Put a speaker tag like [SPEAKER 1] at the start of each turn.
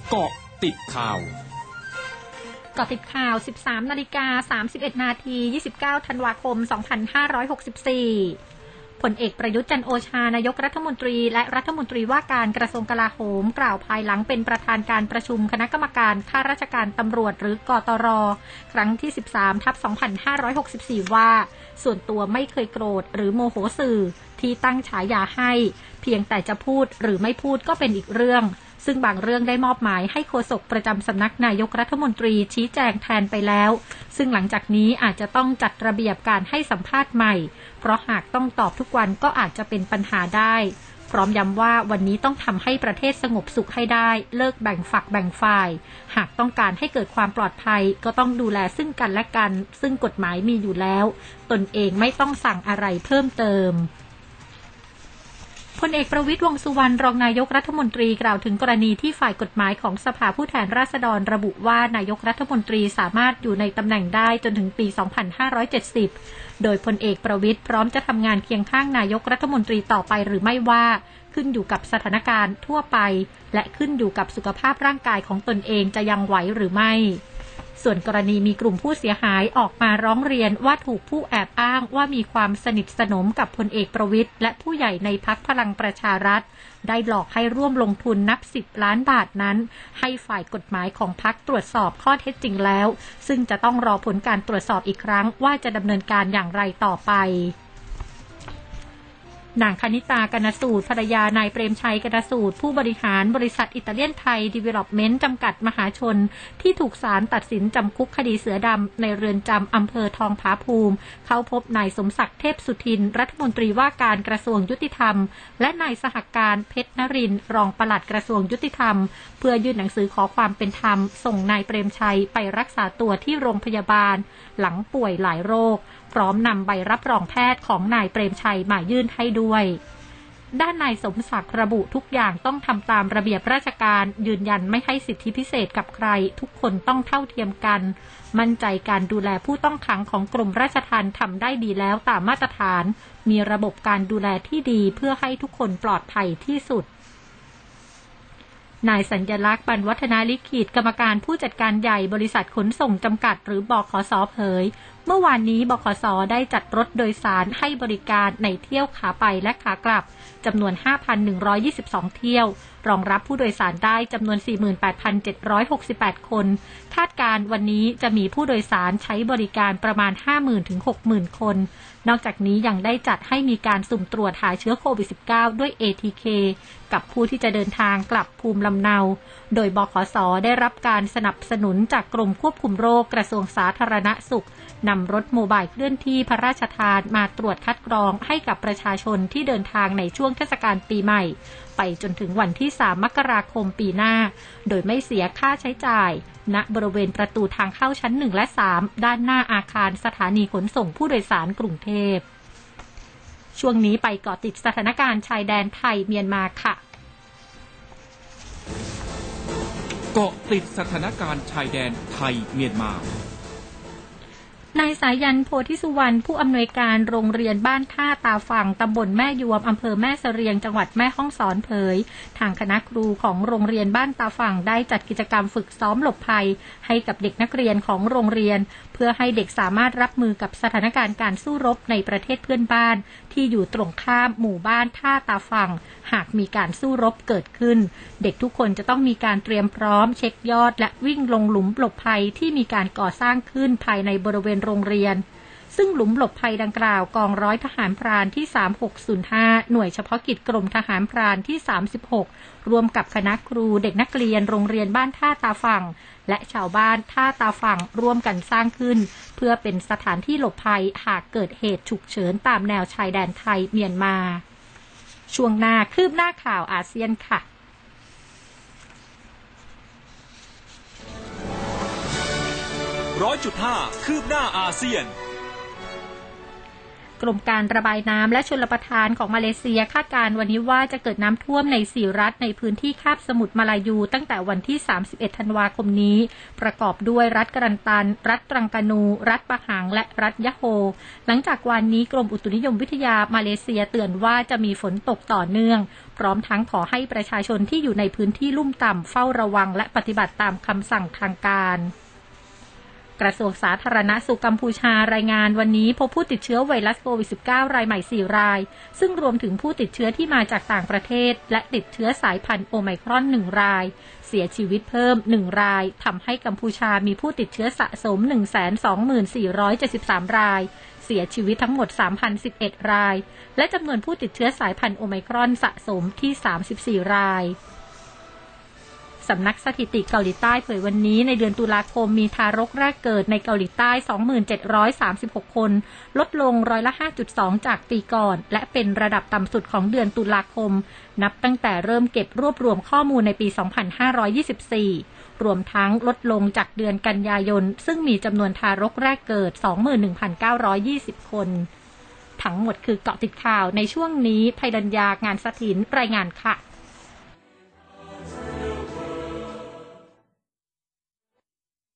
[SPEAKER 1] เกาะติดข่าว
[SPEAKER 2] เกาะติดข่าว 13:31 นาที 29 ธันวาคม 2564 ผลเอกประยุทธ์จันทร์โอชานายกรัฐมนตรีและรัฐมนตรีว่าการกระทรวงกลาโหมกล่าวภายหลังเป็นประธานการประชุมคณะกรรมการข้าราชการตำรวจหรือกตร.ครั้งที่ 13/2564 ว่าส่วนตัวไม่เคยโกรธหรือโมโหสื่อที่ตั้งฉายาให้เพียงแต่จะพูดหรือไม่พูดก็เป็นอีกเรื่องซึ่งบางเรื่องได้มอบหมายให้โฆษกประจำสำนักนายกรัฐมนตรีชี้แจงแทนไปแล้วซึ่งหลังจากนี้อาจจะต้องจัดระเบียบการให้สัมภาษณ์ใหม่เพราะหากต้องตอบทุกวันก็อาจจะเป็นปัญหาได้พร้อมย้ำว่าวันนี้ต้องทำให้ประเทศสงบสุขให้ได้เลิกแบ่งฝักแบ่งฝ่ายหากต้องการให้เกิดความปลอดภัยก็ต้องดูแลซึ่งกันและกันซึ่งกฎหมายมีอยู่แล้วตนเองไม่ต้องสั่งอะไรเพิ่มเติมพลเอกประวิตร วงษ์สุวรรณรองนายกรัฐมนตรีกล่าวถึงกรณีที่ฝ่ายกฎหมายของสภาผู้แทนราษฎรระบุว่านายกรัฐมนตรีสามารถอยู่ในตำแหน่งได้จนถึงปี 2570 โดยพลเอกประวิตรพร้อมจะทำงานเคียงข้างนายกรัฐมนตรีต่อไปหรือไม่ว่าขึ้นอยู่กับสถานการณ์ทั่วไปและขึ้นอยู่กับสุขภาพร่างกายของตนเองจะยังไหวหรือไม่ส่วนกรณีมีกลุ่มผู้เสียหายออกมาร้องเรียนว่าถูกผู้แอบอ้างว่ามีความสนิทสนมกับพลเอกประวิตรและผู้ใหญ่ในพรรคพลังประชารัฐได้หลอกให้ร่วมลงทุนนับ10 ล้านบาทนั้นให้ฝ่ายกฎหมายของพรรคตรวจสอบข้อเท็จจริงแล้วซึ่งจะต้องรอผลการตรวจสอบอีกครั้งว่าจะดำเนินการอย่างไรต่อไปนางคณิตากนสูตรภรรยานายเปรมชัยกนสูตรผู้บริหารบริษัทอิตาเลียนไทยดีเวล็อปเมนต์จำกัดมหาชนที่ถูกศาลตัดสินจำคุกคดีเสือดำในเรือนจำอำเภอทองผาภูมิเข้าพบนายสมศักดิ์เทพสุทินรัฐมนตรีว่าการกระทรวงยุติธรรมและนายสหการเพชรนรินทร์รองปลัดกระทรวงยุติธรรมเพื่อยื่นหนังสือขอความเป็นธรรมส่งนายเปรมชัยไปรักษาตัวที่โรงพยาบาลหลังป่วยหลายโรคพร้อมนำใบรับรองแพทย์ของนายเปรมชัยมายื่นให้ด้วยด้านนายสมศักดิ์ระบุทุกอย่างต้องทำตามระเบียบราชการยืนยันไม่ให้สิทธิพิเศษกับใครทุกคนต้องเท่าเทียมกันมั่นใจการดูแลผู้ต้องขังของกรมราชทัณฑ์ทำได้ดีแล้วตามมาตรฐานมีระบบการดูแลที่ดีเพื่อให้ทุกคนปลอดภัยที่สุดนายสัญลักษณ์ บรรวัฒนาลิขิตกรรมการผู้จัดการใหญ่บริษัทขนส่งจำกัดหรือบขส.เผยเมื่อวานนี้บขส.ได้จัดรถโดยสารให้บริการในเที่ยวขาไปและขากลับจำนวน 5,122 เที่ยวรองรับผู้โดยสารได้จำนวน 48,768 คนคาดการวันนี้จะมีผู้โดยสารใช้บริการประมาณ 50,000 ถึง 60,000 คนนอกจากนี้ยังได้จัดให้มีการสุ่มตรวจหาเชื้อโควิด -19 ด้วย ATK กับผู้ที่จะเดินทางกลับภูมิลำเนาโดยบขส.ได้รับการสนับสนุนจากกรมควบคุมโรคกระทรวงสาธารณสุขนำรถโมบายเคลื่อนที่พระราชทานมาตรวจคัดกรองให้กับประชาชนที่เดินทางในช่วงเทศกาลปีใหม่ไปจนถึงวันที่ 3 มกราคมปีหน้าโดยไม่เสียค่าใช้จ่ายณบริเวณประตูทางเข้าชั้น 1 และ 3 ด้านหน้าอาคารสถานีขนส่งผู้โดยสารกรุงเทพช่วงนี้ไปเกาะติดสถานการณ์ชายแดนไทยเมียนมาค่ะ
[SPEAKER 1] เกาะติดสถานการณ์ชายแดนไทยเมียนมานาย
[SPEAKER 2] สายันโพธิสุวรรณผู้อำนวยการโรงเรียนบ้านท่าตาฝั่งตำบลแม่ยวมอำเภอแม่เสรียงจังหวัดแม่ฮ่องสอนเผยทางคณะครูของโรงเรียนบ้านตาฝั่งได้จัดกิจกรรมฝึกซ้อมหลบภัยให้กับเด็กนักเรียนของโรงเรียนเพื่อให้เด็กสามารถรับมือกับสถานการณ์การสู้รบในประเทศเพื่อนบ้านที่อยู่ตรงข้ามหมู่บ้านท่าตาฝั่งหากมีการสู้รบเกิดขึ้นเด็กทุกคนจะต้องมีการเตรียมพร้อมเช็คยอดและวิ่งลงหลุมหลบภัยที่มีการก่อสร้างขึ้นภายในบริเวณโรงเรียนซึ่งหลุมหลบภัยดังกล่าวกองร้อยทหารพรานที่ 3605 หน่วยเฉพาะกิจกรมทหารพรานที่ 36 รวมกับคณะครูเด็กนักเรียนโรงเรียนบ้านท่าตาฝั่งและชาวบ้านท่าตาฝั่งร่วมกันสร้างขึ้นเพื่อเป็นสถานที่หลบภัยหากเกิดเหตุฉุกเฉินตามแนวชายแดนไทยเมียนมาช่วงหน้าคืบหน้าข่าวอาเซียนค่ะ
[SPEAKER 3] 100.5 คืบหน้าอาเซียน
[SPEAKER 2] กรมการระบายน้ำและชลประทานของมาเลเซียคาดการณ์วันนี้ว่าจะเกิดน้ำท่วมใน4รัฐในพื้นที่คาบสมุทรมาลายูตั้งแต่วันที่31ธันวาคมนี้ประกอบด้วยรัฐกรันตันรัฐตรังกานูรัฐปะหังและรัฐยะโฮหลังจากวันนี้กรมอุตุนิยมวิทยามาเลเซียเตือนว่าจะมีฝนตกต่อเนื่องพร้อมทั้งขอให้ประชาชนที่อยู่ในพื้นที่ลุ่มต่ำเฝ้าระวังและปฏิบัติตามคำสั่งทางการกระทรวงสาธารณสุขกัมพูชารายงานวันนี้พบผู้ติดเชื้อไวรัสโควิด -19 รายใหม่4รายซึ่งรวมถึงผู้ติดเชื้อที่มาจากต่างประเทศและติดเชื้อสายพันธุ์โอไมครอน1รายเสียชีวิตเพิ่ม1รายทำให้กัมพูชามีผู้ติดเชื้อสะสม 124,73 รายเสียชีวิตทั้งหมด 3,011 รายและจำนวนผู้ติดเชื้อสายพันธุ์โอไมครอนสะสมที่34รายสำนักสถิติเกาหลีใต้เผยวันนี้ในเดือนตุลาคมมีทารกแรกเกิดในเกาหลีใต้ 2736 คนลดลง5.2% จากปีก่อนและเป็นระดับต่ำสุดของเดือนตุลาคมนับตั้งแต่เริ่มเก็บรวบรวมข้อมูลในปี 2524 รวมทั้งลดลงจากเดือนกันยายนซึ่งมีจำนวนทารกแรกเกิด 21,920 คนทั้งหมดคือเกาะติดข่าวในช่วงนี้ภัยรัญญางานสถินรายงานค่ะ